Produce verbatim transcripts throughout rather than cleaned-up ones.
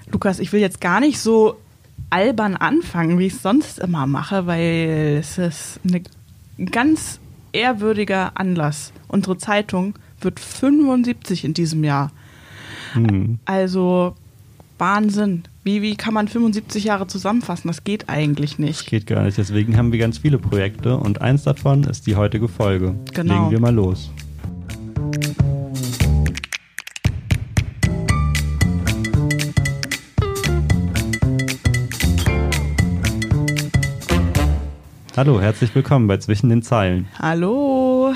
Lukas, ich will jetzt gar nicht so albern anfangen, wie ich es sonst immer mache, weil es ist eine, ein ganz ehrwürdiger Anlass. Unsere Zeitung wird fünfundsiebzig in diesem Jahr. Hm. Also Wahnsinn. Wie, wie kann man fünfundsiebzig Jahre zusammenfassen? Das geht eigentlich nicht. Das geht gar nicht. Deswegen haben wir ganz viele Projekte und eins davon ist die heutige Folge. Genau. Legen wir mal los. Hallo, herzlich willkommen bei Zwischen den Zeilen. Hallo.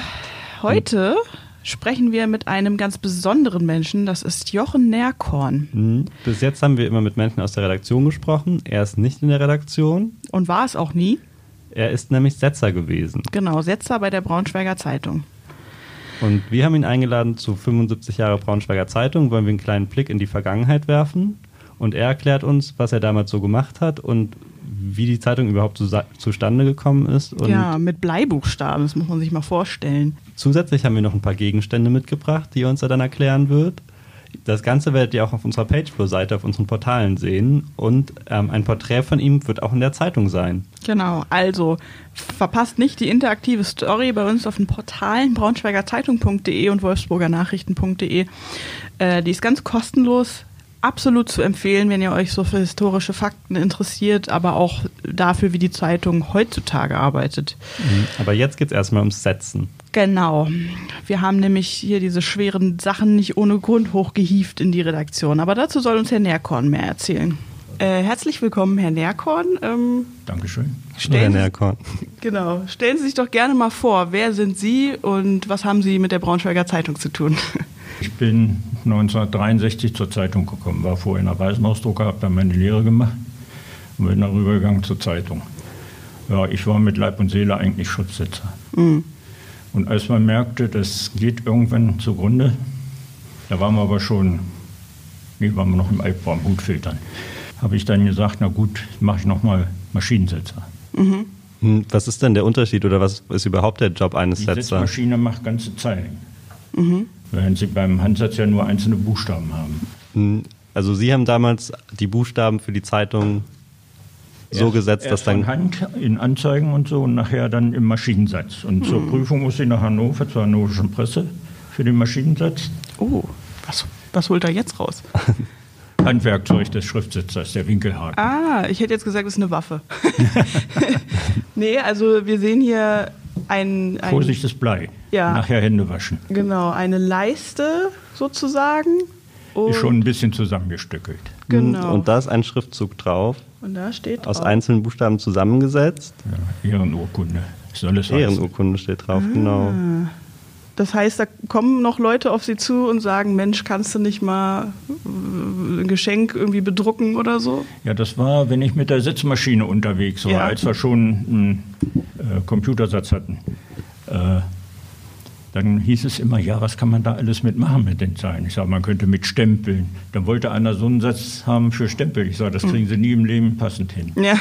Heute sprechen wir mit einem ganz besonderen Menschen, das ist Jochen Nerkorn. Bis jetzt haben wir immer mit Menschen aus der Redaktion gesprochen. Er ist nicht in der Redaktion. Und war es auch nie. Er ist nämlich Setzer gewesen. Genau, Setzer bei der Braunschweiger Zeitung. Und wir haben ihn eingeladen zu fünfundsiebzig Jahre Braunschweiger Zeitung, wollen wir einen kleinen Blick in die Vergangenheit werfen. Und er erklärt uns, was er damals so gemacht hat und wie die Zeitung überhaupt zu, zustande gekommen ist. Und ja, mit Bleibuchstaben, das muss man sich mal vorstellen. Zusätzlich haben wir noch ein paar Gegenstände mitgebracht, die er uns dann erklären wird. Das Ganze werdet ihr auch auf unserer Pageflow-Seite, auf unseren Portalen sehen. Und ähm, ein Porträt von ihm wird auch in der Zeitung sein. Genau, also verpasst nicht die interaktive Story bei uns auf den Portalen braunschweigerzeitung punkt de und wolfsburgernachrichten punkt de. Äh, die ist ganz kostenlos. Absolut zu empfehlen, wenn ihr euch so für historische Fakten interessiert, aber auch dafür, wie die Zeitung heutzutage arbeitet. Aber jetzt geht es erstmal ums Setzen. Genau. Wir haben nämlich hier diese schweren Sachen nicht ohne Grund hochgehievt in die Redaktion. Aber dazu soll uns Herr Nerkorn mehr erzählen. Äh, herzlich willkommen, Herr Nerkorn. Ähm, Dankeschön. Herr Nerkorn. Genau. Stellen Sie sich doch gerne mal vor, wer sind Sie und was haben Sie mit der Braunschweiger Zeitung zu tun? Ich bin neunzehnhundertdreiundsechzig zur Zeitung gekommen, war vorher in der Weißenhausdrucker, habe dann meine Lehre gemacht und bin dann rübergegangen zur Zeitung. Ja, ich war mit Leib und Seele eigentlich Schriftsetzer. Mhm. Und als man merkte, das geht irgendwann zugrunde, da waren wir aber schon, nee, waren wir noch im Altbau am Hutfiltern, habe ich dann gesagt, na gut, mache ich nochmal Maschinensetzer. Mhm. Was ist denn der Unterschied oder was ist überhaupt der Job eines Die Setzer? Die Setzmaschine macht ganze Zeilen. Mhm. Während Sie beim Handsatz ja nur einzelne Buchstaben haben. Also Sie haben damals die Buchstaben für die Zeitung so erst, gesetzt, dass erst dann... von Hand in Anzeigen und so und nachher dann im Maschinensatz. Und mhm. zur Prüfung muss ich nach Hannover, zur Hannoverschen Presse für den Maschinensatz. Oh, was, was holt er jetzt raus? Handwerkzeug des Schriftsetzers, der Winkelhaken. Ah, ich hätte jetzt gesagt, das ist eine Waffe. Nee, also wir sehen hier ein... ein Vorsicht, das Blei. Ja. Nachher Hände waschen. Genau, eine Leiste sozusagen. Und ist schon ein bisschen zusammengestückelt. Genau. Und da ist ein Schriftzug drauf. Und da steht aus drauf. einzelnen Buchstaben zusammengesetzt. Ja, Ehrenurkunde. Soll es Ehrenurkunde steht drauf, ah. genau. Das heißt, da kommen noch Leute auf Sie zu und sagen, Mensch, kannst du nicht mal ein Geschenk irgendwie bedrucken oder so? Ja, das war, wenn ich mit der Sitzmaschine unterwegs war, ja. Als wir schon einen äh, Computersatz hatten. Äh, Dann hieß es immer, ja, was kann man da alles mitmachen mit den Zeilen? Ich sage, man könnte mit Stempeln. Dann wollte einer so einen Satz haben für Stempel. Ich sage, das kriegen Sie nie im Leben passend hin. Ja.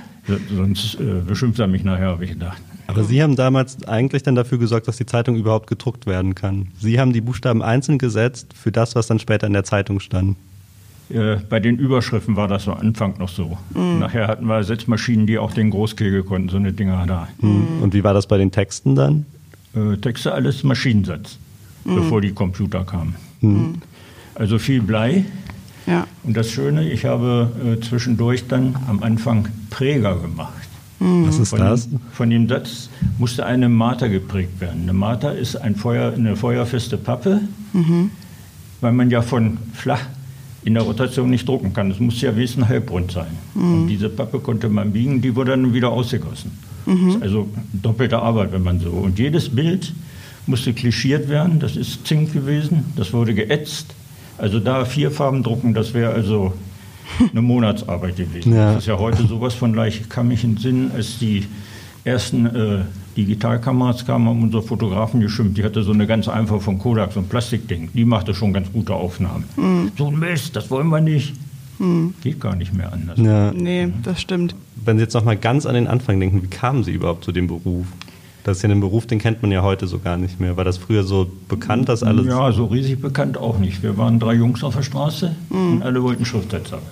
Sonst äh, beschimpft er mich nachher, habe ich gedacht. Aber Sie haben damals eigentlich dann dafür gesorgt, dass die Zeitung überhaupt gedruckt werden kann. Sie haben die Buchstaben einzeln gesetzt für das, was dann später in der Zeitung stand. Äh, bei den Überschriften war das am Anfang noch so. Mhm. Nachher hatten wir Setzmaschinen, die auch den Großkegel konnten, so eine Dinger da. Mhm. Und wie war das bei den Texten dann? Äh, Texte alles Maschinensatz, mhm. bevor die Computer kamen. Mhm. Also viel Blei. Ja. Und das Schöne, ich habe äh, zwischendurch dann am Anfang Präger gemacht. Mhm. Was ist von das? Dem, von dem Satz musste eine Marter geprägt werden. Eine Marter ist ein Feuer, eine feuerfeste Pappe, mhm. weil man ja von flach in der Rotation nicht drucken kann. Es muss ja wesentlich halbrund sein. Mhm. Und diese Pappe konnte man biegen, die wurde dann wieder ausgegossen. Mhm. Das ist also doppelte Arbeit, wenn man so. Und jedes Bild musste klischiert werden. Das ist Zink gewesen. Das wurde geätzt. Also da vier Farben drucken, das wäre also eine Monatsarbeit gewesen. Ja. Das ist ja heute sowas von leicht. Ich kann mich entsinnen, als die ersten äh, Digitalkameras kamen, haben unsere Fotografen geschimpft. Die hatte so eine ganz einfache von Kodak, so ein Plastikding. Die machte schon ganz gute Aufnahmen. Mhm. So ein Mist, das wollen wir nicht. Mhm. Geht gar nicht mehr anders. Ja. Nee, das stimmt. Wenn Sie jetzt noch mal ganz an den Anfang denken, wie kamen Sie überhaupt zu dem Beruf? Das ist ja ein Beruf, den kennt man ja heute so gar nicht mehr. War das früher so bekannt, dass alles... Ja, so riesig bekannt auch nicht. Wir waren drei Jungs auf der Straße mhm. und alle wollten Schriftsetzer werden.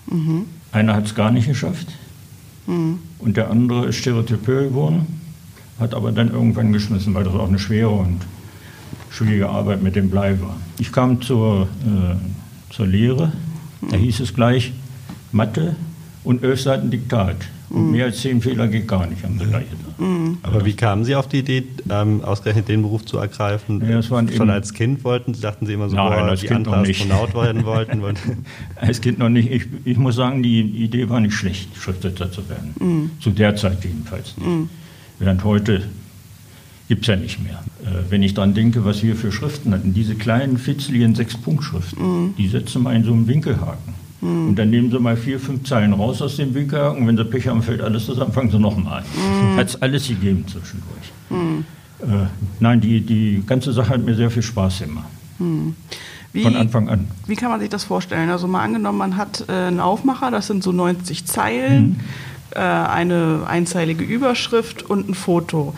Mhm. Einer hat es gar nicht geschafft. Mhm. Und der andere ist Stereotypeur geworden, hat aber dann irgendwann geschmissen, weil das auch eine schwere und schwierige Arbeit mit dem Blei war. Ich kam zur, äh, zur Lehre, da hieß es gleich Mathe und elf Seiten Diktat. Und Mhm. mehr als zehn Fehler geht gar nicht, haben sie gleich gesagt. Mhm. Aber wie kamen Sie auf die Idee, ähm, ausgerechnet den Beruf zu ergreifen? Ja, das waren Schon eben- als Kind wollten Sie, dachten Sie immer so, Nein, boah, als die Kind andere noch nicht. Astronaut werden wollten? wollten- Als Kind noch nicht. Ich, ich muss sagen, die Idee war nicht schlecht, Schriftsetzer zu werden. Mhm. Zu der Zeit jedenfalls nicht. Mhm. Während heute gibt es ja nicht mehr. Äh, wenn ich daran denke, was wir für Schriften hatten, diese kleinen, fitzeligen Sechs-Punkt-Schriften, Mhm. die setzen wir in so einen Winkelhaken. Mhm. Und dann nehmen sie mal vier, fünf Zeilen raus aus dem Winkelhaken. Wenn sie Pech haben, fällt alles zusammen, fangen sie nochmal an. Mhm. Hat es alles gegeben zwischendurch. Mhm. Äh, nein, die, die ganze Sache hat mir sehr viel Spaß gemacht. Mhm. Wie, Von Anfang an. wie kann man sich das vorstellen? Also mal angenommen, man hat äh, einen Aufmacher, das sind so neunzig Zeilen, Mhm. äh, eine einzeilige Überschrift und ein Foto.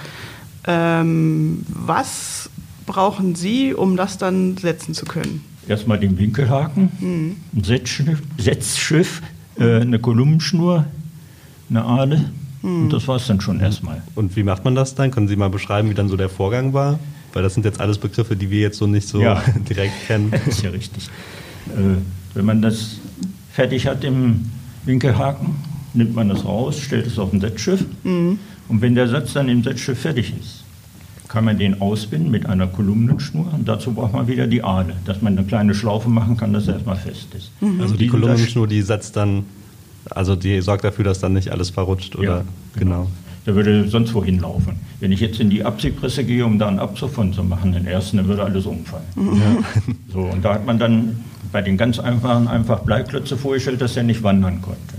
Ähm, was brauchen Sie, um das dann setzen zu können? Erstmal den Winkelhaken, Mhm. ein Setzschiff, Setzschiff äh, eine Kolumnenschnur, eine Ahle. Mhm. Und das war es dann schon erstmal. Und wie macht man das dann? Können Sie mal beschreiben, wie dann so der Vorgang war? Weil das sind jetzt alles Begriffe, die wir jetzt so nicht so Ja. direkt kennen. Das ist ja richtig. Äh, wenn man das fertig hat im Winkelhaken, nimmt man das raus, stellt es auf ein Setzschiff. Mhm. Und wenn der Satz dann im Setzschiff fertig ist, kann man den ausbinden mit einer Kolumnenschnur. Und dazu braucht man wieder die Ahle, dass man eine kleine Schlaufe machen kann, dass er erstmal fest ist. Also die Diese- Kolumnenschnur, die setzt dann, also die sorgt dafür, dass dann nicht alles verrutscht, oder? Ja, genau. Der würde sonst wohin laufen. Wenn ich jetzt in die Abziehpresse gehe, um da einen Abzug von zu machen, den ersten, dann würde alles umfallen. So, und da hat man dann bei den ganz einfachen einfach Bleiklötze vorgestellt, dass er nicht wandern konnte.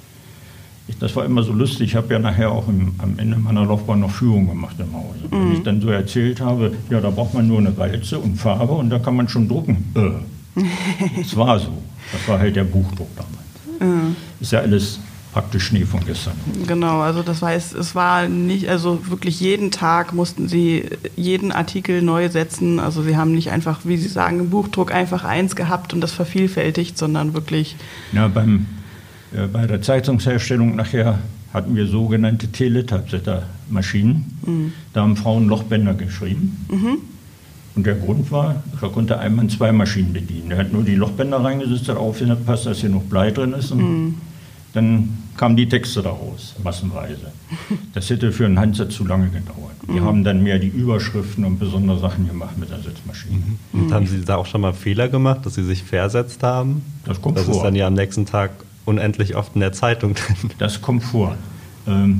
Ich, das war immer so lustig. Ich habe ja nachher auch im, am Ende meiner Laufbahn noch Führung gemacht im Hause. Wenn ich dann so erzählt habe, ja, da braucht man nur eine Walze und Farbe und da kann man schon drucken. Äh. Es war so. Das war halt der Buchdruck damals. Mhm. Ist ja alles praktisch Schnee von gestern. Genau, also das heißt, es war nicht, also wirklich jeden Tag mussten Sie jeden Artikel neu setzen. Also Sie haben nicht einfach, wie Sie sagen, im Buchdruck einfach eins gehabt und das vervielfältigt, sondern wirklich. Ja, beim, äh, bei der Zeitungsherstellung nachher hatten wir sogenannte Teletypesetter-Maschinen. Mhm. Da haben Frauen Lochbänder geschrieben. Mhm. Und der Grund war, da konnte ein Mann zwei Maschinen bedienen. Er hat nur die Lochbänder reingesetzt, hat aufgepasst, dass hier noch Blei drin ist. Und Mhm. dann kamen die Texte da raus, massenweise. Das hätte für einen Handsatz zu lange gedauert. Wir Mhm. haben dann mehr die Überschriften und besondere Sachen gemacht mit der Setzmaschine. Und haben Sie da auch schon mal Fehler gemacht, dass Sie sich versetzt haben? Das kommt Das vor. ist dann ja am nächsten Tag unendlich oft in der Zeitung drin. Das kommt vor. Ähm,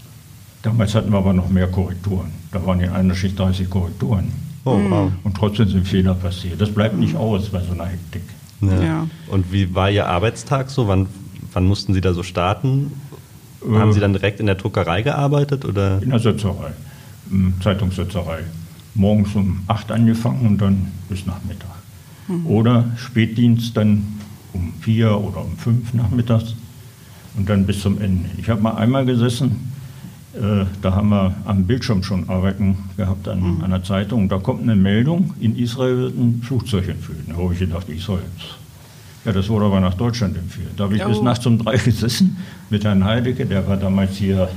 damals hatten wir aber noch mehr Korrekturen. Da waren in einer Schicht dreißig Korrekturen. Oh, wow. Und trotzdem sind Fehler passiert. Das bleibt nicht aus bei so einer Hektik. Ja. Ja. Und wie war Ihr Arbeitstag so? Wann, wann mussten Sie da so starten? Äh, Haben Sie dann direkt in der Druckerei gearbeitet? Oder? In der Setzerei, ähm, Zeitungssetzerei. Morgens um acht angefangen und dann bis Nachmittag. Oder Spätdienst dann um vier oder um fünf nachmittags und dann bis zum Ende. Ich habe mal einmal gesessen, äh, da haben wir am Bildschirm schon Arbeiten gehabt an Mhm. einer Zeitung. Da kommt eine Meldung, in Israel wird ein Flugzeug entführt. Da habe ich gedacht, Israel. Ja, das wurde aber nach Deutschland entführt. Da habe ich Oh. bis nachts um drei gesessen mit Herrn Heidecke, der war damals hier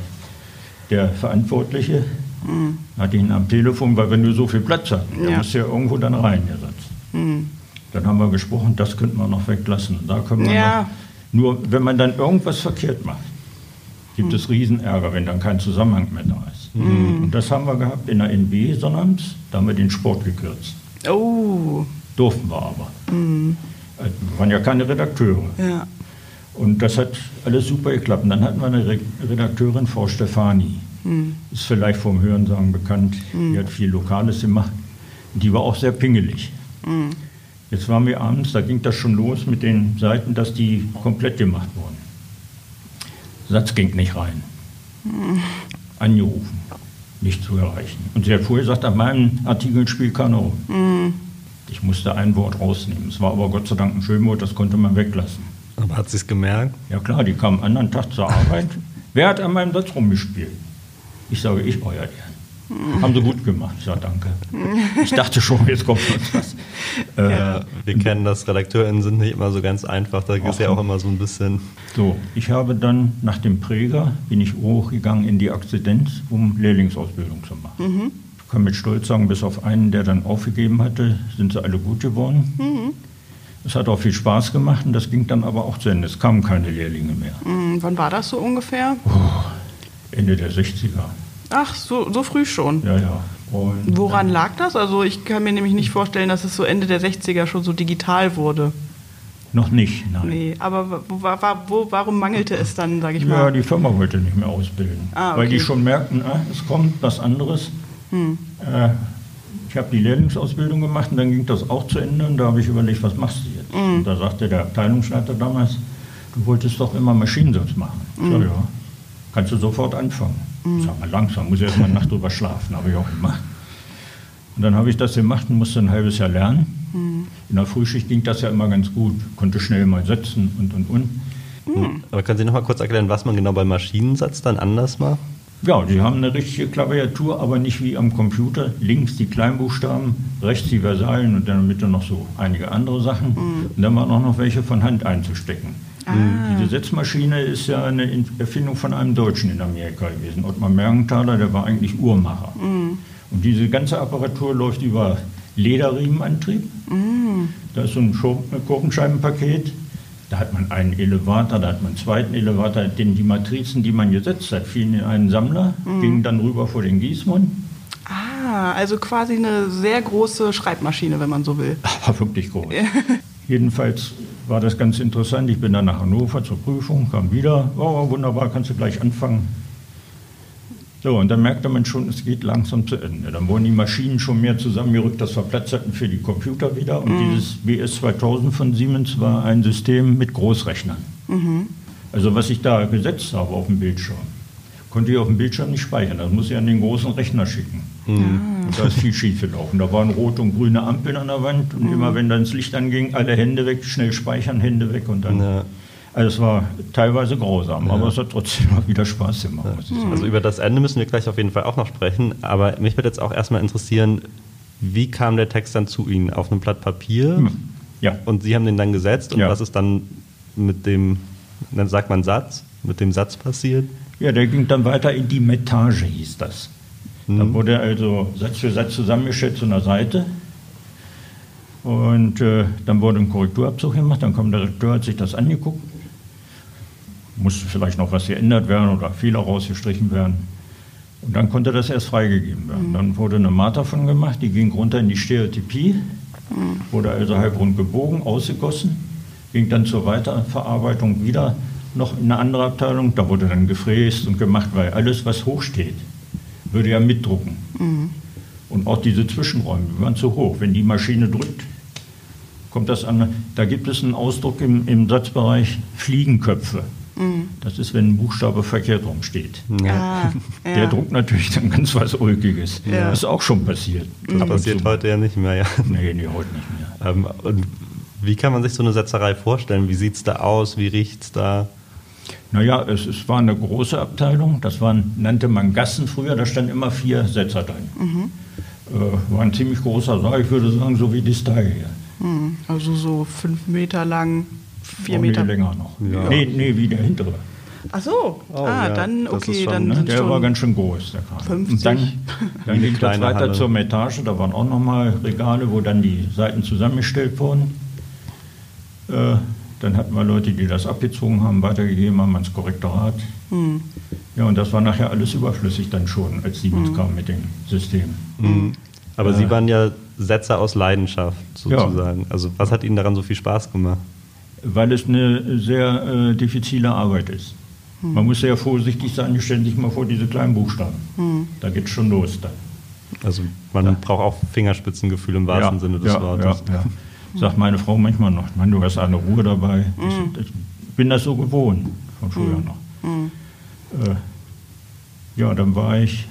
der Verantwortliche. Mhm. Hatte ihn am Telefon, weil wir nur so viel Platz hatten. Er Ja. musste ja irgendwo dann reingesetzt. Mhm. Dann haben wir gesprochen, das könnte man noch weglassen. Da können wir Ja. noch, nur wenn man dann irgendwas verkehrt macht, gibt es Riesenärger, wenn dann kein Zusammenhang mehr da ist. Und das haben wir gehabt in der N B Sonnabends, da haben wir den Sport gekürzt. Oh. Durften wir aber. Mhm. Also, wir waren ja keine Redakteure. Ja. Und das hat alles super geklappt. Und dann hatten wir eine Re- Redakteurin, Frau Stefani. Mhm. Ist vielleicht vom Hörensagen bekannt. Die hat viel Lokales gemacht. Die war auch sehr pingelig. Mhm. Jetzt waren wir abends, da ging das schon los mit den Seiten, dass die komplett gemacht wurden. Satz ging nicht rein. Angerufen, nicht zu erreichen. Und sie hat vorher gesagt, an meinem Artikel spielt keine Rolle. Mhm. Ich musste ein Wort rausnehmen. Es war aber Gott sei Dank ein Schönwort, das konnte man weglassen. Aber hat sie es gemerkt? Ja klar, die kamen am anderen Tag zur Arbeit. Wer hat an meinem Satz rumgespielt? Ich sage, ich, euer Ehren. Haben sie gut gemacht. Ich sage danke. Ich dachte schon, jetzt kommt uns was. Äh, ja, wir kennen das, RedakteurInnen sind nicht immer so ganz einfach. Da ist ja auch immer so ein bisschen... So, ich habe dann nach dem Präger, bin ich hochgegangen in die Akzidenz, um Lehrlingsausbildung zu machen. Mhm. Ich kann mit Stolz sagen, bis auf einen, der dann aufgegeben hatte, sind sie alle gut geworden. Mhm. Es hat auch viel Spaß gemacht und das ging dann aber auch zu Ende. Es kamen keine Lehrlinge mehr. Mhm. Wann war das so ungefähr? Oh, Ende der sechziger. Ach, so, so früh schon? Ja, ja. Und woran lag das? Also ich kann mir nämlich nicht vorstellen, dass es so Ende der sechziger schon so digital wurde. Noch nicht, nein. Nee, aber wo, wo, wo, warum mangelte es dann, sage ich ja, mal? Ja, die Firma wollte nicht mehr ausbilden. Ah, okay. Weil die schon merkten, ah, es kommt was anderes. Hm. Äh, ich habe die Lehrlingsausbildung gemacht und dann ging das auch zu Ende. Und da habe ich überlegt, was machst du jetzt? Hm. Und da sagte der Abteilungsleiter damals, du wolltest doch immer Maschinensatz machen. Ich hm. sage, ja, kannst du sofort anfangen. Hm. Ich sage mal, langsam, muss ich erst mal eine Nacht drüber schlafen, habe ich auch gemacht. Und dann habe ich das gemacht und musste ein halbes Jahr lernen. Hm. In der Frühschicht ging das ja immer ganz gut, konnte schnell mal setzen und, und, und. Hm. Aber können Sie noch mal kurz erklären, was man genau beim Maschinensatz dann anders macht? Ja, die haben eine richtige Klaviatur, aber nicht wie am Computer. Links die Kleinbuchstaben, rechts die Versalen und dann in der Mitte noch so einige andere Sachen. Hm. Und dann waren auch noch welche von Hand einzustecken. Ah. Diese Setzmaschine ist ja eine Erfindung von einem Deutschen in Amerika gewesen. Ottmar Mergenthaler, der war eigentlich Uhrmacher. Hm. Und diese ganze Apparatur läuft über Lederriemenantrieb. Mm. Da ist so ein Kurvenscheibenpaket. Da hat man einen Elevator, da hat man einen zweiten Elevator. Denn die Matrizen, die man gesetzt hat, fielen in einen Sammler, mm. gingen dann rüber vor den Gießmund. Ah, also quasi eine sehr große Schreibmaschine, wenn man so will. War wirklich groß. Jedenfalls war das ganz interessant. Ich bin dann nach Hannover zur Prüfung, kam wieder. Oh, wunderbar, kannst du gleich anfangen. So, und dann merkte man schon, es geht langsam zu Ende. Dann wurden die Maschinen schon mehr zusammengerückt, dass wir Platz hatten für die Computer wieder. Und mm. dieses B S zweitausend von Siemens war ein System mit Großrechnern. Mm-hmm. Also was ich da gesetzt habe auf dem Bildschirm, konnte ich auf dem Bildschirm nicht speichern. Das muss ich an den großen Rechner schicken. Mm. Und da ist viel schief gelaufen. Da waren rote und grüne Ampeln an der Wand. Und mm. immer wenn dann das Licht anging, alle Hände weg, schnell speichern, Hände weg und dann... Ja. Also es war teilweise grausam, ja. aber es hat trotzdem auch wieder Spaß gemacht. Ja. Muss ich sagen. Also über das Ende müssen wir gleich auf jeden Fall auch noch sprechen, aber mich würde jetzt auch erstmal interessieren, wie kam der Text dann zu Ihnen? Auf einem Blatt Papier? Hm. Ja. Und Sie haben den dann gesetzt und ja. was ist dann mit dem, dann sagt man Satz, mit dem Satz passiert? Ja, der ging dann weiter in die Mettage, hieß das. Hm. Da wurde also Satz für Satz zusammengestellt zu einer Seite. Und äh, dann wurde ein Korrekturabzug gemacht, dann kam der Redakteur, hat sich das angeguckt. Musste vielleicht noch was geändert werden oder Fehler rausgestrichen werden. Und dann konnte das erst freigegeben werden. Mhm. Dann wurde eine Marter davon gemacht, die ging runter in die Stereotypie, mhm. wurde also halbrund gebogen, ausgegossen, ging dann zur Weiterverarbeitung wieder noch in eine andere Abteilung. Da wurde dann gefräst und gemacht, weil alles, was hoch steht, würde ja mitdrucken. Mhm. Und auch diese Zwischenräume, die waren zu hoch. Wenn die Maschine drückt, kommt das an. Da gibt es einen Ausdruck im, im Satzbereich Fliegenköpfe. Mhm. Das ist, wenn ein Buchstabe verkehrt rum steht. Ja. Der ja. druckt natürlich dann ganz was Ulkiges. Ja. Das ist auch schon passiert. Das mhm. passiert so. Heute ja nicht mehr. Ja. Nee, nee, heute nicht mehr. Ähm, und wie kann man sich so eine Setzerei vorstellen? Wie sieht es da aus? Wie riecht es da? Naja, es, es war eine große Abteilung. Das waren, nannte man Gassen früher. Da standen immer vier Setzer drin. Mhm. Äh, war ein ziemlich großer Saal. Ich würde sagen, so wie die Style hier. Mhm. Also so fünf Meter lang. Vier oh, Meter länger noch. Ja. Nee, nee, wie der hintere. Ach so, oh, ah, ja. dann okay. Schon, dann ne? Der war ganz schön groß. Der fünfzig. Und dann, dann ging das weiter Halle. Zur Etage, da waren auch nochmal Regale, wo dann die Seiten zusammengestellt wurden. Äh, dann hatten wir Leute, die das abgezogen haben, weitergegeben haben ans Korrektorat. Hm. Ja, und das war nachher alles überflüssig dann schon, als Siemens hm. kam mit dem System. Hm. Aber äh, Sie waren ja Setzer aus Leidenschaft sozusagen. Ja. Also was hat Ihnen daran so viel Spaß gemacht? Weil es eine sehr äh, diffizile Arbeit ist. Hm. Man muss sehr vorsichtig sein, stellen sich mal vor diese kleinen Buchstaben. Hm. Da geht es schon los dann. Also man ja. braucht auch Fingerspitzengefühl im wahrsten ja, Sinne des ja, Wortes. Ja, ja. Sagt meine Frau manchmal noch, Mann, du hast eine Ruhe dabei. Hm. Ich, ich bin das so gewohnt, von früher hm. noch. Hm. Äh, ja, dann war ich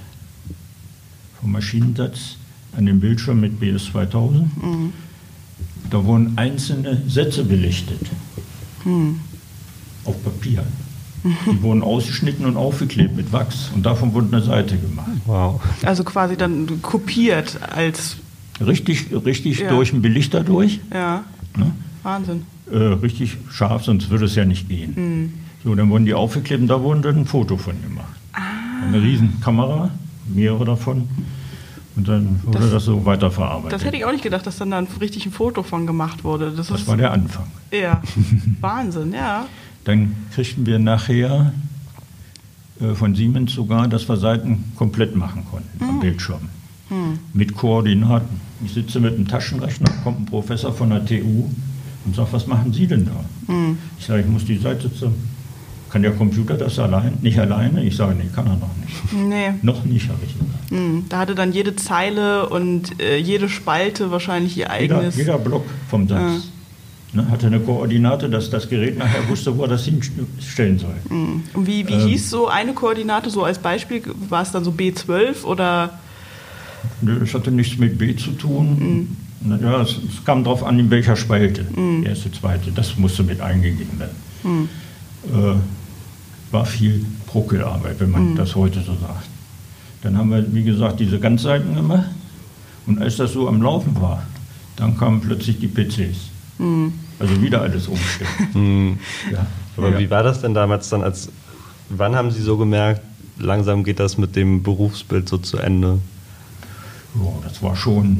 vom Maschinensatz an dem Bildschirm mit B S zweitausend. Hm. Da wurden einzelne Sätze belichtet. Hm. Auf Papier. Die wurden ausgeschnitten und aufgeklebt mit Wachs und davon wurde eine Seite gemacht. Wow. Also quasi dann kopiert als... Richtig, richtig Ja. durch den Belichter durch. Ja, Ne? Wahnsinn. Äh, richtig scharf, sonst würde es ja nicht gehen. Mhm. So, dann wurden die aufgeklebt und da wurde dann ein Foto von gemacht. Ah. Eine riesen Kamera, mehrere davon. Und dann wurde das, Das- so weiterverarbeitet. Das hätte ich auch nicht gedacht, dass dann da ein richtig ein Foto von gemacht wurde. Das, Das ist war der Anfang. ja Wahnsinn, ja. Dann kriegten wir nachher äh, von Siemens sogar, dass wir Seiten komplett machen konnten am Bildschirm. Mit Koordinaten. Ich sitze mit einem Taschenrechner, kommt ein Professor von der T U und sagt, was machen Sie denn da? Ich sage, ich muss die Seite zu. Kann der Computer das allein? Nicht alleine? Ich sage, nee, kann er noch nicht. Nee. Noch nicht, habe ich gesagt. Hm, Da hatte dann jede Zeile und äh, jede Spalte wahrscheinlich ihr Jeder, eigenes. jeder Block vom Satz ne, hatte eine Koordinate, dass das Gerät nachher wusste, wo er das hinstellen soll. Hm. Und wie, wie Ähm. hieß so eine Koordinate, so als Beispiel? War es dann so B zwölf oder? Das hatte nichts mit B zu tun. Mhm. Ja, es, es kam darauf an, in welcher Spalte. Erste, zweite, das musste mit eingegeben werden. Äh, war viel Bruckelarbeit, wenn man das heute so sagt. Dann haben wir, wie gesagt, diese Ganzseiten gemacht. Und als das so am Laufen war, dann kamen plötzlich die P Cs. Also wieder alles umstellen. Mhm. Ja. Aber ja. wie war das denn damals dann, als wann haben Sie so gemerkt, langsam geht das mit dem Berufsbild so zu Ende? Ja, das war schon,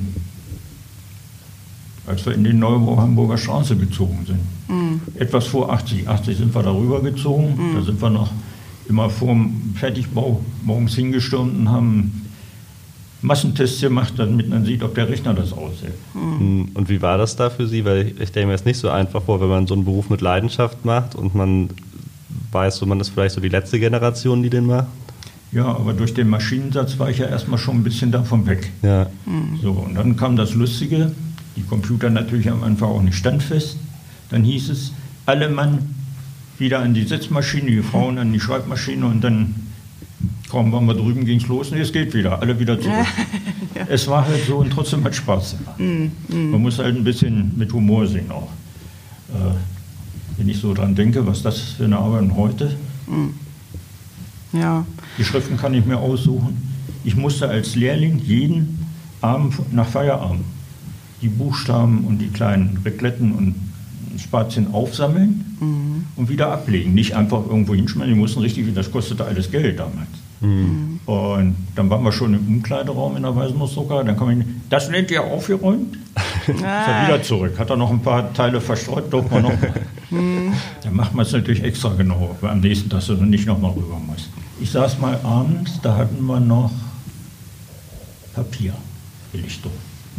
als wir in die Neubau Hamburger Straße gezogen sind. Etwas vor achtzig. achtzig sind wir darüber gezogen. Da sind wir noch immer vor dem Fertigbau morgens hingestürmt und haben Massentests gemacht, damit man sieht, ob der Rechner das aushält. Mhm. Und wie war das da für Sie? Weil ich stelle mir jetzt nicht so einfach vor, wenn man so einen Beruf mit Leidenschaft macht und man weiß, so man ist vielleicht so die letzte Generation, die den macht. Ja, aber durch den Maschinensatz war ich ja erstmal schon ein bisschen davon weg. Ja. So, und dann kam das Lustige, die Computer natürlich am Anfang auch nicht standfest. Dann hieß es, alle Mann wieder an die Sitzmaschine, die Frauen an die Schreibmaschine und dann, kaum waren wir drüben, ging es los und es geht wieder, alle wieder zurück. Ja. Es war halt so und trotzdem hat Spaß gemacht. Man muss halt ein bisschen mit Humor sehen auch. Äh, wenn ich so dran denke, was das für eine Arbeit heute. Ja. Die Schriften kann ich mir aussuchen. Ich musste als Lehrling jeden Abend nach Feierabend die Buchstaben und die kleinen Regletten und Spazien aufsammeln Mhm. und wieder ablegen. Nicht einfach irgendwo hinschmeißen, die mussten richtig, das kostete alles Geld damals. Mhm. Und dann waren wir schon im Umkleideraum in der Weißenburg-Drucker, dann kam ich, das nennt ihr aufgeräumt? Ist er wieder zurück, hat er noch ein paar Teile verstreut, doch mal noch mal. Dann macht man es natürlich extra genau, weil am nächsten Tag du nicht nochmal rüber musst. Ich saß mal abends, da hatten wir noch Papier, Belichtung.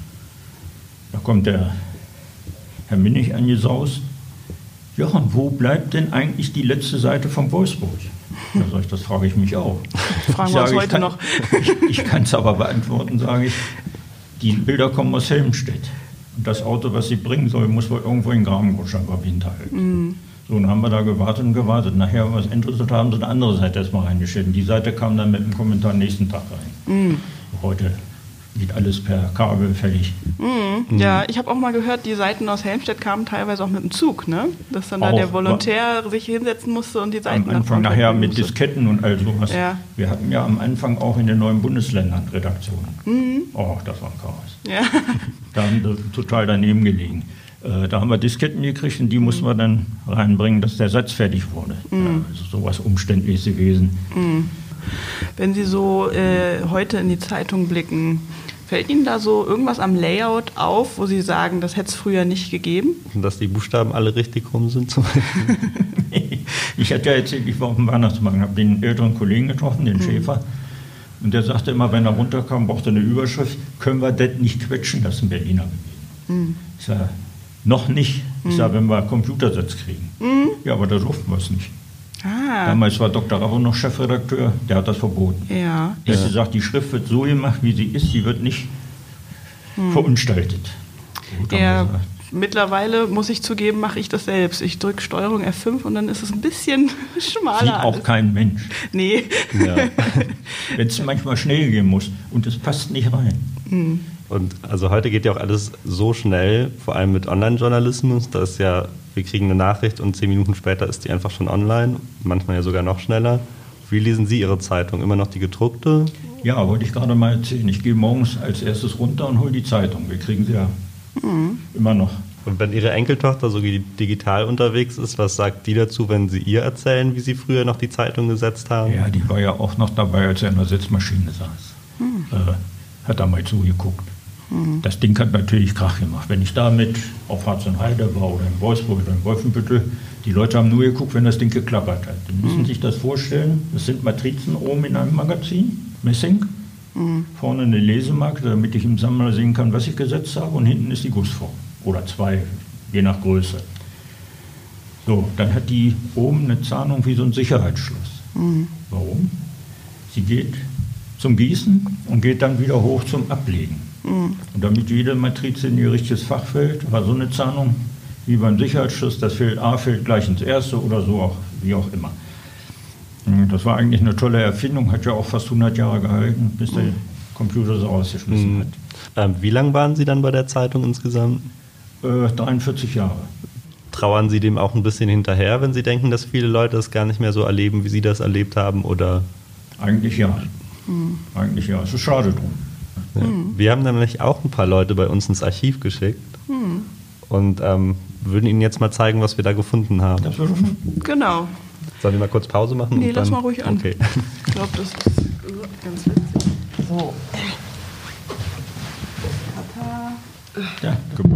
Da kommt der Herr Minnig angesaust. Jochen, wo bleibt denn eigentlich die letzte Seite vom Wolfsburg? Da sag ich, das frage ich mich auch. Fragen Ich wir uns sage, ich heute kann- noch. Ich, ich kann es aber beantworten, sage ich. Die Bilder kommen aus Helmstedt. Und das Auto, was sie bringen soll, muss wohl irgendwo in Grabenbusch am hinterhalten. So, dann haben wir da gewartet und gewartet. Nachher, was Endresultat haben sie eine andere Seite erstmal reingestellt. Und die Seite kam dann mit dem Kommentar nächsten Tag rein. Heute geht alles per Kabel fertig. Mhm. Ja, ich habe auch mal gehört, die Seiten aus Helmstedt kamen teilweise auch mit dem Zug, ne? Dass dann da Auch, der Volontär sich hinsetzen musste und die Seiten Am Anfang davon nachher wegbringen mit musste. Disketten und all sowas. Ja. Wir hatten ja am Anfang auch in den neuen Bundesländern Redaktionen. Mhm. Oh, das war ein Chaos. Ja. Da haben wir total daneben gelegen. Äh, da haben wir Disketten gekriegt und die mussten wir dann reinbringen, dass der Satz fertig wurde. Ja, also sowas Umständliches gewesen. Wenn Sie so äh, heute in die Zeitung blicken, fällt Ihnen da so irgendwas am Layout auf, wo Sie sagen, das hätte es früher nicht gegeben? Dass die Buchstaben alle richtig rum sind zum Beispiel. Ich hatte ja erzählt, ich war auf dem Weihnachtsmarkt, habe den älteren Kollegen getroffen, den Schäfer. Und der sagte immer, wenn er runterkam, brauchte eine Überschrift, können wir das nicht quetschen lassen, Berliner. Ich sage, noch nicht. Ich sage, wenn wir Computersatz kriegen. Ja, aber da durften wir es nicht. Ah, Damals war Doktor Ravo noch Chefredakteur, der hat das verboten. ja. Er hat gesagt, die Schrift wird so gemacht, wie sie ist, sie wird nicht verunstaltet. Gut, haben wir Ja, gesagt. mittlerweile, muss ich zugeben, mache ich das selbst. Ich drücke Steuerung F fünf und dann ist es ein bisschen schmaler. Sieht auch alles. kein Mensch. Nee. Ja. Wenn es manchmal schnell gehen muss und es passt nicht rein. Und also heute geht ja auch alles so schnell, vor allem mit Online-Journalismus, da ist ja wir kriegen eine Nachricht und zehn Minuten später ist die einfach schon online, manchmal ja sogar noch schneller. Wie lesen Sie Ihre Zeitung? Immer noch die gedruckte? Ja, wollte ich gerade mal erzählen. Ich gehe morgens als erstes runter und hole die Zeitung. Wir kriegen sie ja mhm. immer noch. Und wenn Ihre Enkeltochter so digital unterwegs ist, was sagt die dazu, wenn Sie ihr erzählen, wie Sie früher noch die Zeitung gesetzt haben? Ja, die war ja auch noch dabei, als er in der Sitzmaschine saß. Mhm. Äh, hat da mal zugeguckt. Mhm. Das Ding hat natürlich Krach gemacht. Wenn ich damit auf Harz-und-Heide war oder in Wolfsburg oder in Wolfenbüttel, die Leute haben nur geguckt, wenn das Ding geklappert hat. Die müssen mhm. sich das vorstellen. Das sind Matrizen oben in einem Magazin, Messing. Mhm. Vorne eine Lesemarke, damit ich im Sammler sehen kann, was ich gesetzt habe. Und hinten ist die Gussform. Oder zwei, je nach Größe. So, dann hat die oben eine Zahnung wie so ein Sicherheitsschloss. Mhm. Warum? Sie geht zum Gießen und geht dann wieder hoch zum Ablegen. Mhm. Und damit jede Matrize in ihr richtiges Fach fällt, war so eine Zahnung wie beim Sicherheitsschluss, das fällt A fällt gleich ins erste oder so, auch, wie auch immer. Das war eigentlich eine tolle Erfindung, hat ja auch fast hundert Jahre gehalten, bis der Computer so ausgeschmissen mhm. hat. Ähm, wie lange waren Sie dann bei der Zeitung insgesamt? Äh, dreiundvierzig Jahre. Trauern Sie dem auch ein bisschen hinterher, wenn Sie denken, dass viele Leute das gar nicht mehr so erleben, wie Sie das erlebt haben? Oder? Eigentlich ja. Mhm. Eigentlich ja. Es ist schade drum. Ja. Mhm. Wir haben nämlich auch ein paar Leute bei uns ins Archiv geschickt. Mhm. Und ähm, würden Ihnen jetzt mal zeigen, was wir da gefunden haben. Das würde genau. Sollen wir mal kurz Pause machen? Nee, und lass dann? mal ruhig an. Okay. Ich glaube, das ist ganz witzig. So. Ja,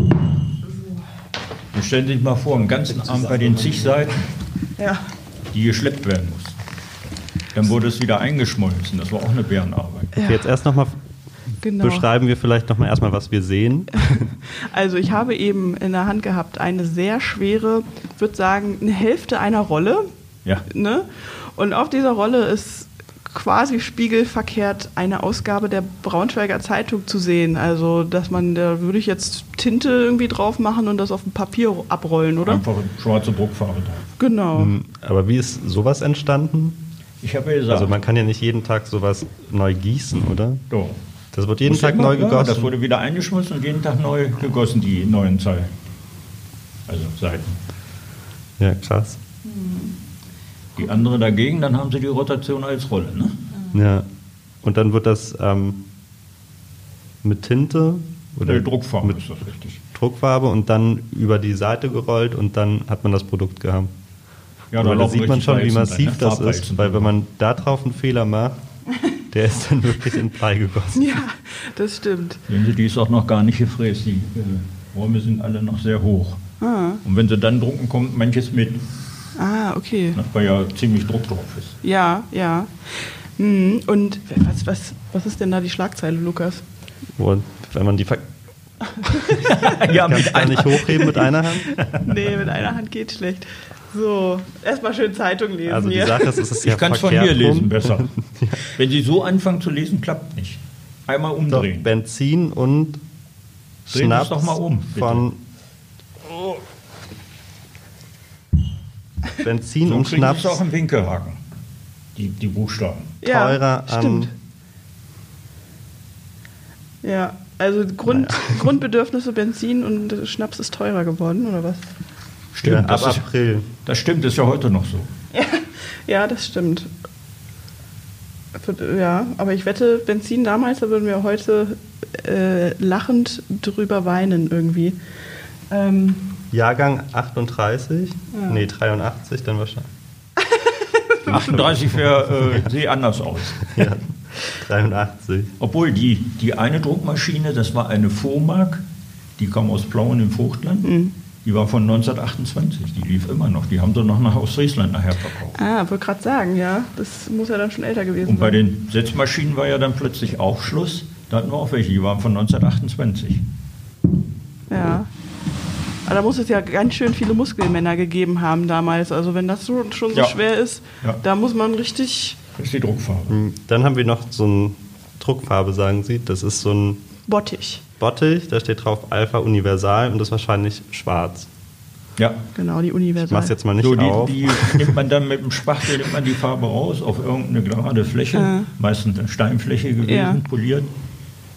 und stellen Sie sich mal vor, einen ganzen Abend bei den zig Seiten, ja. die geschleppt werden mussten. Dann wurde es wieder eingeschmolzen. Das war auch eine Bärenarbeit. Okay, jetzt erst nochmal genau. beschreiben wir vielleicht nochmal erstmal, was wir sehen. Also ich habe eben in der Hand gehabt eine sehr schwere, ich würde sagen, eine Hälfte einer Rolle. Ja. Ne? Und auf dieser Rolle ist quasi spiegelverkehrt eine Ausgabe der Braunschweiger Zeitung zu sehen. Also, dass man, da würde ich jetzt Tinte irgendwie drauf machen und das auf dem Papier abrollen, oder? Einfach schwarze Druckfarbe drauf. Genau. Aber wie ist sowas entstanden? Ich habe ja gesagt. Also man kann ja nicht jeden Tag sowas neu gießen, oder? Doch. Das wird jeden Muss Tag immer, neu gegossen? Ja, das wurde wieder eingeschmolzen und jeden Tag neu gegossen, die neuen Zeilen. Also Seiten. Ja, krass. Die andere dagegen, dann haben sie die Rotation als Rolle, ne? Ja. Und dann wird das ähm, mit Tinte oder nee, Druckfarbe mit ist das richtig. Druckfarbe und dann über die Seite gerollt und dann hat man das Produkt gehabt. Ja, aber da, da sieht man schon, wie massiv rein, ne? das ist, weil wenn man da drauf einen Fehler macht, der ist dann wirklich in Brei gegossen. Ja, das stimmt. Sehen Sie, die ist auch noch gar nicht gefräst. Die äh, Räume sind alle noch sehr hoch. Ah. Und wenn sie dann drucken, kommt manches mit. Ah, okay. Weil ja ziemlich Druck drauf ist. Ja, ja. Hm. Und was, was, was ist denn da die Schlagzeile, Lukas? Und wenn man die Ver ja, mit gar nicht hochheben mit einer Hand? Nee, mit einer Hand geht schlecht. So, erstmal schön Zeitung lesen. Also die hier. Sache ist, es ist ja ich kann es von hier lesen besser. Ja. Wenn Sie so anfangen zu lesen, klappt nicht. Einmal umdrehen. Doch, Benzin und Drehen Schnaps doch mal um, bitte. von Benzin so und kriegen Schnaps Sie es auch im Winkelhaken, die, die Buchstaben. Ja, teurer an. Stimmt. Ja, also Grund, naja. Grundbedürfnisse Benzin und Schnaps ist teurer geworden, oder was? Stimmt, ja, das ab ist, April. Das stimmt, ist ja heute noch so. Ja, ja, das stimmt. Ja, aber ich wette, Benzin damals, da würden wir heute äh, lachend drüber weinen irgendwie. Ähm, Jahrgang achtunddreißig? Ja. Nee, dreiundachtzig dann wahrscheinlich. achtunddreißig wäre, äh, sehe anders aus. Ja, dreiundachtzig. Obwohl die, die eine Druckmaschine, das war eine Vormark, die kam aus Plauen im Vogtland. Mhm. Die war von neunzehnhundertachtundzwanzig, die lief immer noch. Die haben sie noch nach Ostfriesland nachher verkauft. Ah, wollte gerade sagen, ja. Das muss ja dann schon älter gewesen sein. Und bei den Setzmaschinen war ja dann plötzlich auch Schluss. Da hatten wir auch welche, die waren von neunzehnhundertachtundzwanzig. Ja. Aber da muss es ja ganz schön viele Muskelmänner gegeben haben damals. Also wenn das so, schon so ja. schwer ist, ja. da muss man richtig... Das ist die Druckfarbe. Dann haben wir noch so eine Druckfarbe, sagen Sie. Das ist so ein... Bottich. Bottich, da steht drauf Alpha Universal und das ist wahrscheinlich schwarz. Ja. Genau, die Universal. Ich mach's jetzt mal nicht so, die, auf. Die nimmt man dann mit dem Spachtel nimmt man die Farbe raus auf irgendeine gerade Fläche, äh. meistens eine Steinfläche gewesen, ja. poliert.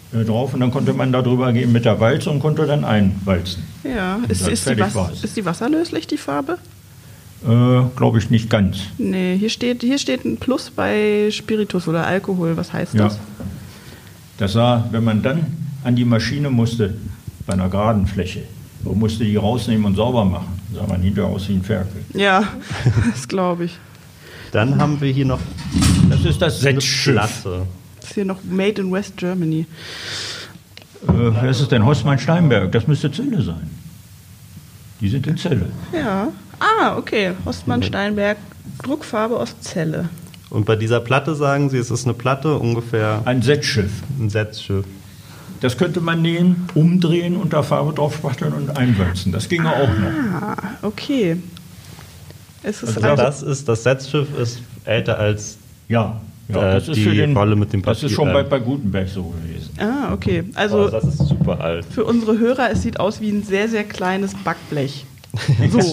äh, drauf und dann konnte man da drüber gehen mit der Walze und konnte dann einwalzen. Ja, ist, dann ist, die fertig Was- war's. ist die wasserlöslich, die Farbe? Äh, Glaube ich nicht ganz. Nee, hier steht, hier steht ein Plus bei Spiritus oder Alkohol. Was heißt Ja. das? Das sah, wenn man dann an die Maschine musste, bei einer geraden Fläche, und musste die rausnehmen und sauber machen, sah man hinterher aus wie ein Ferkel. Ja, das glaube ich. Dann haben wir hier noch Das ist das eine Setzschiff. Platte. Das ist hier noch Made in West Germany. Äh, wer ist es denn? Hostmann-Steinberg. Das müsste Celle sein. Die sind in Celle. Ja. Ah, okay. Ostmann Steinberg, Druckfarbe aus Celle. Und bei dieser Platte sagen Sie, es ist eine Platte, ungefähr Ein Setzschiff. ein Setzschiff. Das könnte man nähen, umdrehen und da Farbe drauf spachteln und einwälzen. Das ginge auch noch. Ah, okay. Es ist Also also, das ist, das Setzschiff ist älter als Ja, ja Äh, das ist die für den, Rolle mit dem Das ist Papier, schon äh, bei, bei Gutenberg so gewesen. ah, okay. oh, Also das ist super alt. für unsere Hörer, es sieht aus wie ein sehr, sehr kleines Backblech. So.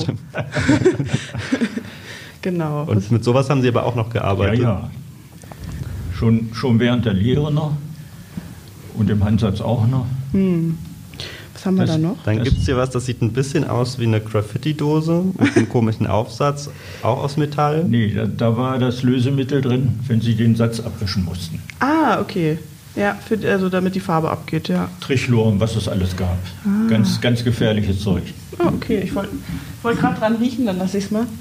Genau. Und mit sowas haben Sie aber auch noch Ja, gearbeitet. ja. Schon, schon während der Lehre noch und im Handsatz auch noch. Was haben wir das- da noch? Dann Das- gibt es hier was, das sieht ein bisschen aus wie eine Graffiti-Dose mit einem komischen Aufsatz, auch aus Metall. Nee, da, da war das Lösemittel drin, wenn Sie den Satz abwischen mussten. Ah, okay. Ja, für, also damit die Farbe abgeht, ja. Trichlor, was es alles gab. Ganz, ganz gefährliches Zeug. Ah, okay. Ich wollte wollt gerade dran riechen, dann lasse ich es mal.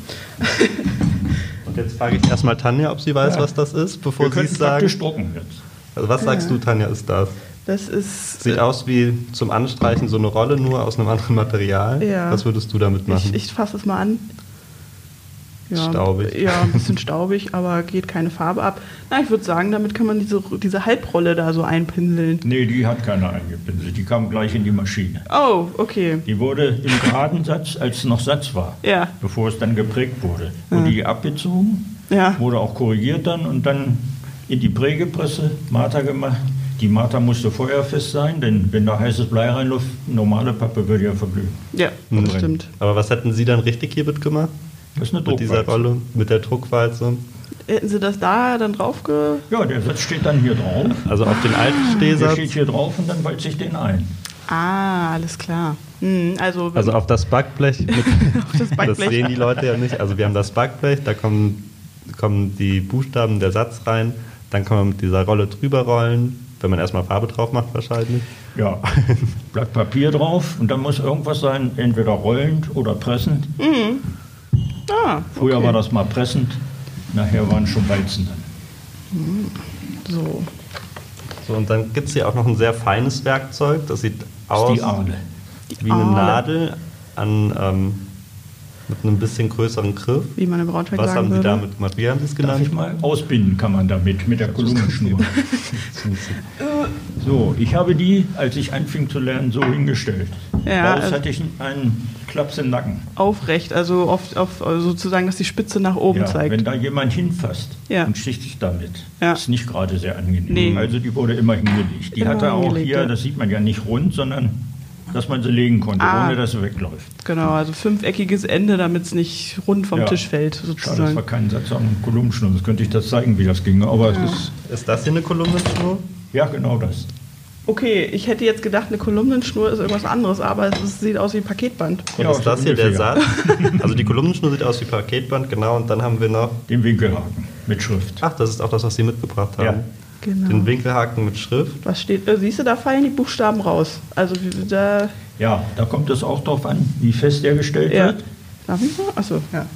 Und jetzt frage ich erstmal Tanja, ob sie weiß, Ja. was das ist, bevor Wir Sie könnten es sagen. praktisch drucken jetzt. Also was sagst du, Tanja, ist das? Das ist. Sieht aus wie zum Anstreichen so eine Rolle, nur aus einem anderen Material. Ja. Was würdest du damit machen? Ich, ich fasse es mal an. Ja, Staubig. Ja, ein bisschen staubig, aber geht keine Farbe ab. Na, ich würde sagen, damit kann man diese, diese Halbrolle da so einpinseln. Nee, die hat keiner eingepinselt. Die kam gleich in die Maschine. Oh, okay. Die wurde im geraden Satz, als es noch Satz war, Ja. bevor es dann geprägt wurde, wurde die abgezogen, Ja. wurde auch korrigiert dann und dann in die Prägepresse, Marter gemacht. Die Marter musste feuerfest sein, denn wenn da heißes Blei reinläuft, normale Pappe würde ja verglühen. Ja, Hm. das stimmt. Aber was hätten Sie dann richtig hier mitgemacht? Das ist eine Mit dieser Druckwalze. Rolle, mit der Druckwalze? Hätten Sie das da dann drauf ge... Ja, der Satz steht dann hier drauf. Also auf den alten Der Stehsatz? steht hier drauf und dann walze ich den ein. Ah, alles klar. Hm, also, Also auf das Backblech, mit, auf das das Backblech. sehen die Leute ja nicht. Also wir haben das Backblech, da kommen, kommen die Buchstaben, der Satz rein, dann kann man mit dieser Rolle drüber rollen, wenn man erstmal Farbe drauf macht wahrscheinlich. Ja, Blatt Papier drauf und dann muss irgendwas sein, entweder rollend oder pressend. Ah, Früher okay. war das mal pressend, nachher waren schon Walzen dann. So. So, und dann gibt es hier auch noch ein sehr feines Werkzeug, das sieht Das aus ist die Ahle. wie eine Ahle. Nadel an, ähm, mit einem bisschen größeren Griff. Wie man im Braunschweig Was sagen haben Sie würde. damit gemacht? Wie haben Sie es Darf ich genannt? mal ausbinden kann man damit, mit der Kolumnenschnur. So, ich habe die, als ich anfing zu lernen, so hingestellt. Ja, Raus also- hatte ich einen Klaps im Nacken. Aufrecht, also auf, auf, also sozusagen, dass die Spitze nach oben Ja, zeigt. wenn da jemand hinfasst Ja. und sticht sich damit, Ja. ist nicht gerade sehr angenehm. Nee. Also die wurde immer hingelegt. Die Immer hatte auch hingelegt, hier, ja. das sieht man ja nicht rund, sondern dass man sie legen konnte, Ah. ohne dass sie wegläuft. Genau, also fünfeckiges Ende, damit es nicht rund vom Ja. Tisch fällt, Schade, das sozusagen. war kein Satz am Kolumnenschnur, sonst könnte ich das zeigen, wie das ginge. Aber es ist, Ist das hier eine Kolumnenschnur? ja, genau das. Okay, ich hätte jetzt gedacht, eine Kolumnenschnur ist irgendwas anderes, aber es ist, sieht aus wie ein Paketband. Und Ja, ist das so hier der ungefähr. Satz? Also die Kolumnenschnur sieht aus wie Paketband, genau. Und dann haben wir noch, Den Winkelhaken mit Schrift. ach, das ist auch das, was Sie mitgebracht haben. Ja. Genau. Den Winkelhaken mit Schrift. Was steht? Äh, siehst du, da fallen die Buchstaben raus. Also wie- da. Ja, da kommt es auch drauf an, wie fest der gestellt Ja. wird. Darf ich mal? Achso, ja.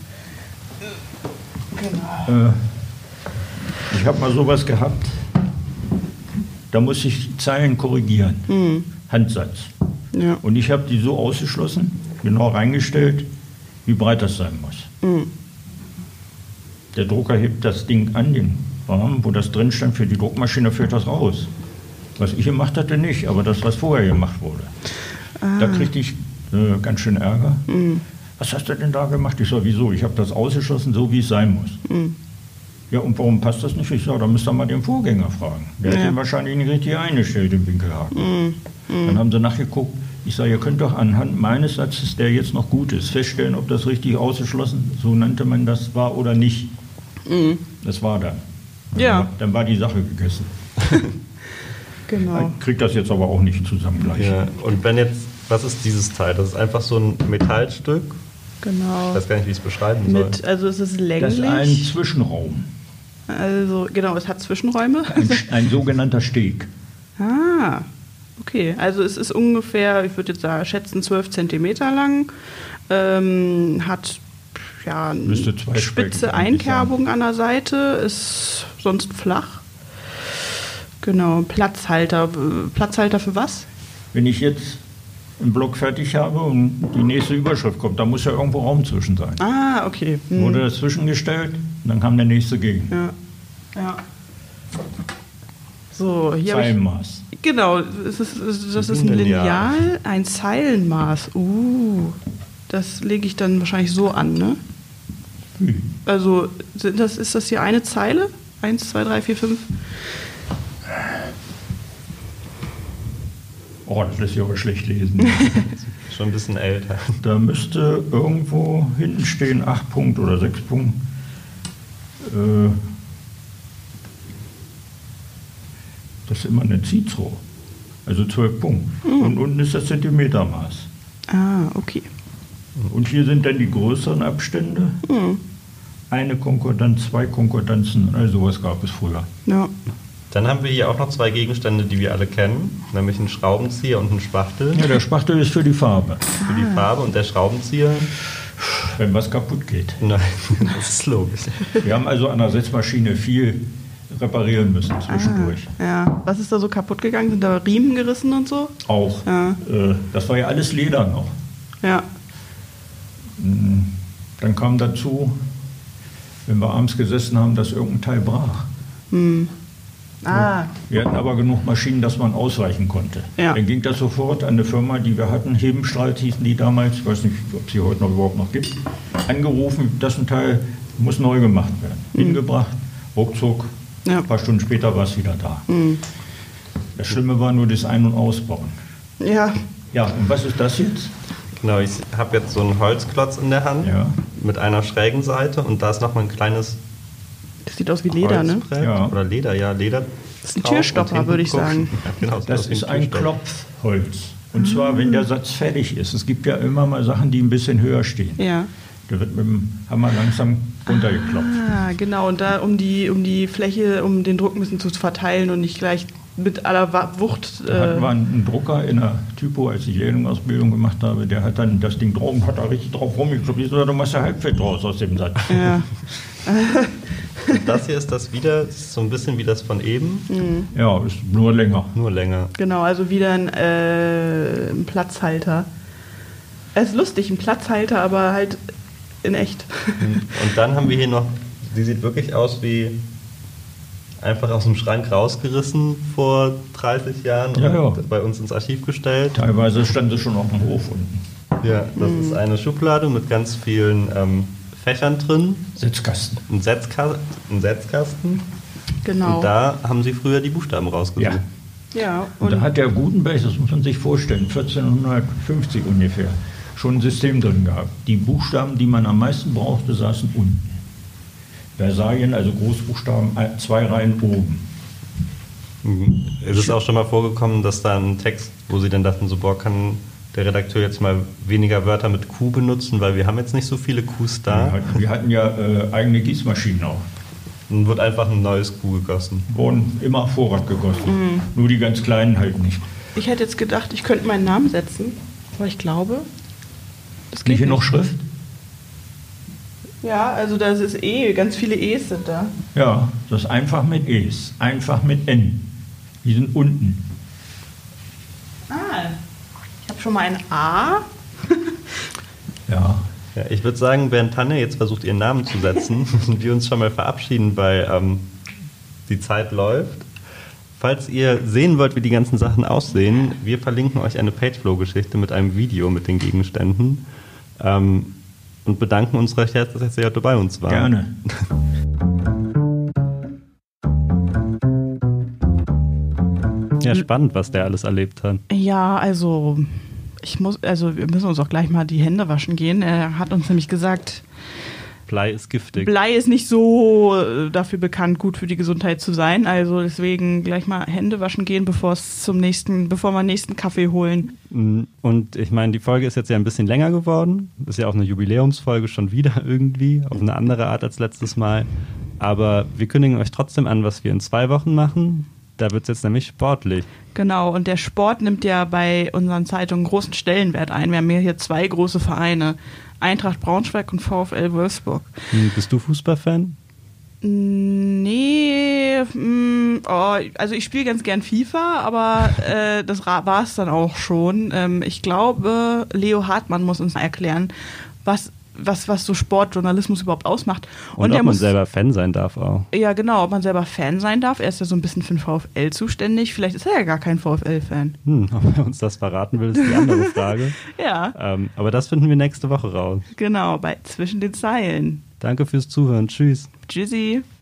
Genau. Äh, ich habe mal sowas gehabt, da muss ich Zeilen korrigieren. Hm. Handsatz. Ja. Und ich habe die so ausgeschlossen, genau reingestellt, wie breit das sein muss. Hm. Der Drucker hebt das Ding an, den Rahmen, wo das drin stand für die Druckmaschine, fällt das raus. Was ich gemacht hatte, nicht, aber das, was vorher gemacht wurde. Da kriegte ich äh, ganz schön Ärger. Was hast du denn da gemacht? Ich sage, wieso? Ich habe das ausgeschlossen, so wie es sein muss. Ja, und warum passt das nicht? Ich sage, da müsst ihr mal den Vorgänger fragen. Der Ja. hat ihn wahrscheinlich nicht richtig eingestellt, den Winkelhaken. Dann haben sie nachgeguckt. Ich sage, ihr könnt doch anhand meines Satzes, der jetzt noch gut ist, feststellen, ob das richtig ausgeschlossen, so nannte man das, war oder nicht. Das war dann. Ja. Dann war die Sache gegessen. Genau. Ich krieg das jetzt aber auch nicht zusammen gleich. Ja. Und wenn jetzt, was ist dieses Teil? Das ist einfach so ein Metallstück. Genau. Ich weiß gar nicht, wie ich es beschreiben soll. Mit, also es ist Das länglich. ist ein Zwischenraum, Also genau, es hat Zwischenräume. ein, ein sogenannter Steg. Ah, okay. Also es ist ungefähr, ich würde jetzt sagen, schätzen zwölf Zentimeter lang. Ähm, hat ja eine Müsste zweispäckig spitze eigentlich Einkerbung an der Seite, ist sonst flach. Genau, Platzhalter. Platzhalter für was? Wenn ich jetzt einen Block fertig habe und die nächste Überschrift kommt, da muss ja irgendwo Raum zwischen sein. Ah, okay. Hm. Wurde das zwischengestellt, dann kam der nächste gegen. Ja. Ja. So, hier habe ich. Zeilenmaß. Genau, es ist, es- das ist ein Ein Lineal. Lineal, ein Zeilenmaß. Uh, das lege ich dann wahrscheinlich so an, ne? Hm. Also sind das, ist das hier eine Zeile? Eins, zwei, drei, vier, fünf? Oh, das lässt sich aber schlecht lesen. Schon ein bisschen älter. Da müsste irgendwo hinten stehen acht Punkt oder sechs Punkt. Äh, das ist immer eine Ziehzro. Also zwölf Punkte. Und unten ist das Zentimetermaß. Ah, okay. Und hier sind dann die größeren Abstände. Eine Konkordanz, zwei Konkordanzen, also sowas gab es früher. Ja. Dann haben wir hier auch noch zwei Gegenstände, die wir alle kennen, nämlich einen Schraubenzieher und einen Spachtel Ja, der Spachtel ist für die Farbe, für die Farbe und der Schraubenzieher. wenn was kaputt geht. Nein, das ist logisch. Wir haben also an der Setzmaschine viel reparieren müssen zwischendurch. Ja. Was ist da so kaputt gegangen? Sind da Riemen gerissen und so? Auch. Ja. Äh, das war ja alles Leder noch. Ja. Dann kam dazu, wenn wir abends gesessen haben, dass irgendein Teil brach. Hm. Ah, Wir hatten aber genug Maschinen, dass man ausweichen konnte. Ja. Dann ging das sofort an eine Firma, die wir hatten, Hebenstreit hießen die damals, ich weiß nicht, ob sie heute noch überhaupt noch gibt, angerufen, das ein Teil muss neu gemacht werden. Hingebracht, ruckzuck, Ja. ein paar Stunden später war es wieder da. hm. Das Schlimme war nur das Ein- und Ausbauen. Ja. Ja, und was ist das jetzt? Genau, ich habe jetzt so einen Holzklotz in der Hand Ja. mit einer schrägen Seite und da ist nochmal ein kleines Das sieht aus wie Leder, ne? Holzbrett. Ja. Oder Leder, ja, Leder. Das ist ein drauf und Türstopper, hinten würde ich guckt- sagen. Ja, genau, sieht Das aus wie ist ein Türstopper. Klopfholz. Und zwar, wenn der Satz fertig ist. Es gibt ja immer mal Sachen, die ein bisschen höher stehen. Ja. Der wird mit dem Hammer langsam runtergeklopft. Ah, genau. Und da, um die, um die Fläche, um den Druck ein bisschen zu verteilen und nicht gleich mit aller Wa- Wucht. Da hatten wir Äh, einen Drucker in der Typo, als ich Lehrlingausbildung gemacht habe, der hat dann das Ding drauf und hat da richtig drauf rumgeklopft. Ich so, du machst ja Halbfett draus aus dem Satz. ja. Und das hier ist das wieder, das ist so ein bisschen wie das von eben, Ja, ist nur länger. nur länger. Genau, also wieder ein, äh, ein Platzhalter. Es ist lustig, ein Platzhalter, aber halt in echt. Und dann haben wir hier noch, die sieht wirklich aus wie einfach aus dem Schrank rausgerissen vor dreißig Jahren Ja, und ja. bei uns ins Archiv gestellt. Teilweise stand es schon auf dem Hof unten. Ja, das ist eine Schublade mit ganz vielen ähm, Fächern drin, Sitzkasten. ein, Setzka ein Setzkasten. Genau. Und da haben sie früher die Buchstaben rausgesucht. Ja. ja, Und und da hat der Gutenberg, das muss man sich vorstellen, vierzehnhundertfünfzig ungefähr, schon ein System drin gehabt. Die Buchstaben, die man am meisten brauchte, saßen unten. Versalien, also Großbuchstaben, ein- zwei Reihen oben. Mhm. Es ist auch schon mal vorgekommen, dass da ein Text, wo sie dann dachten, so, boah, kann der Redakteur jetzt mal weniger Wörter mit Q benutzen, weil wir haben jetzt nicht so viele Qs Wir da. hatten, wir hatten ja äh, eigene Gießmaschinen auch. Dann wird einfach ein neues Q gegossen. Wurden immer auf Vorrat gegossen. Nur die ganz kleinen halt nicht. ich hätte jetzt gedacht, ich könnte meinen Namen setzen, aber ich glaube, das Nicht geht hier nicht. noch Schrift? Ja, also das ist E, ganz viele E's sind da. Ja, das ist einfach mit Es, einfach mit N. Die sind unten. Ah, ich habe schon mal ein A. Ja. Ja, ich würde sagen, während Tanja jetzt versucht, ihren Namen zu setzen, müssen wir uns schon mal verabschieden, weil ähm, die Zeit läuft. Falls ihr sehen wollt, wie die ganzen Sachen aussehen, wir verlinken euch eine Pageflow-Geschichte mit einem Video mit den Gegenständen ähm, und bedanken uns recht herzlich, dass ihr heute bei uns wart. Gerne. Ja, spannend, was der alles erlebt hat. Ja, also ich muss, also wir müssen uns auch gleich mal die Hände waschen gehen. Er hat uns nämlich gesagt, Blei ist giftig. Blei ist nicht so äh, dafür bekannt, gut für die Gesundheit zu sein. Also deswegen gleich mal Hände waschen gehen, bevor es zum nächsten, bevor wir nächsten Kaffee holen. Und ich meine, die Folge ist jetzt ja ein bisschen länger geworden. Ist ja auch eine Jubiläumsfolge schon wieder irgendwie, auf eine andere Art als letztes Mal. Aber wir kündigen euch trotzdem an, was wir in zwei Wochen machen. Da wird es jetzt nämlich sportlich. Genau, und der Sport nimmt ja bei unseren Zeitungen großen Stellenwert ein. Wir haben ja hier zwei große Vereine, Eintracht Braunschweig und VfL Wolfsburg. Hm, bist du Fußballfan? Nee, mh, oh, also ich spiele ganz gern FIFA, aber äh, das war es dann auch schon. Ähm, ich glaube, Leo Hartmann muss uns erklären, was Was, was so Sportjournalismus überhaupt ausmacht. Und, und ob er man muss, selber Fan sein darf auch. Ja, genau, ob man selber Fan sein darf. Er ist ja so ein bisschen für den VfL zuständig. Vielleicht ist er ja gar kein VfL-Fan. Hm, ob er uns das verraten will, ist die andere Frage. Ja. Ähm, aber das finden wir nächste Woche raus. Genau, bei Zwischen den Zeilen. Danke fürs Zuhören. Tschüss. Tschüssi.